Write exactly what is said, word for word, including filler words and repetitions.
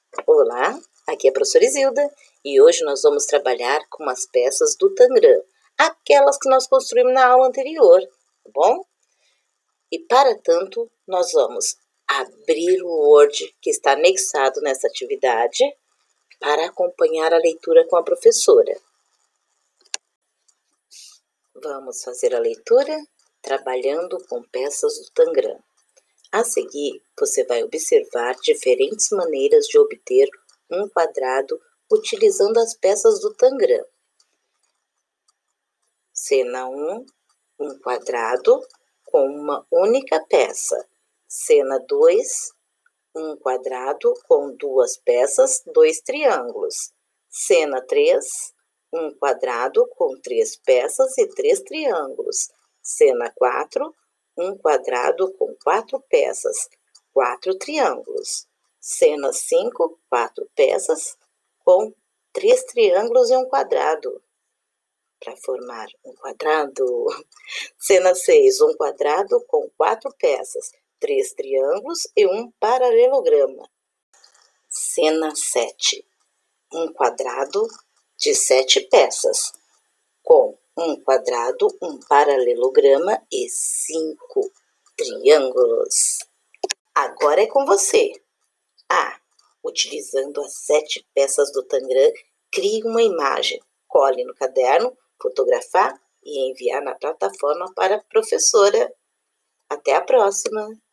Olá, aqui é a professora Isilda e hoje nós vamos trabalhar com as peças do Tangram, aquelas que nós construímos na aula anterior, tá bom? E para tanto, nós vamos abrir o Word que está anexado nessa atividade para acompanhar a leitura com a professora. Vamos fazer a leitura trabalhando com peças do Tangram. A seguir, você vai observar diferentes maneiras de obter um quadrado utilizando as peças do Tangram. Cena um, um quadrado com uma única peça. Cena dois, um quadrado com duas peças, dois triângulos. Cena três, um quadrado com três peças e três triângulos. Cena quatro, um quadrado com quatro peças, quatro triângulos. Cena cinco, quatro peças com três triângulos e um quadrado. Para formar um quadrado. Cena seis, um quadrado com quatro peças, três triângulos e um paralelograma. Cena sete, um quadrado de sete peças, com um quadrado, um paralelograma e cinco triângulos. Agora é com você. A. Utilizando as sete peças do Tangram, crie uma imagem, cole no caderno, fotografar e enviar na plataforma para a professora. Até a próxima!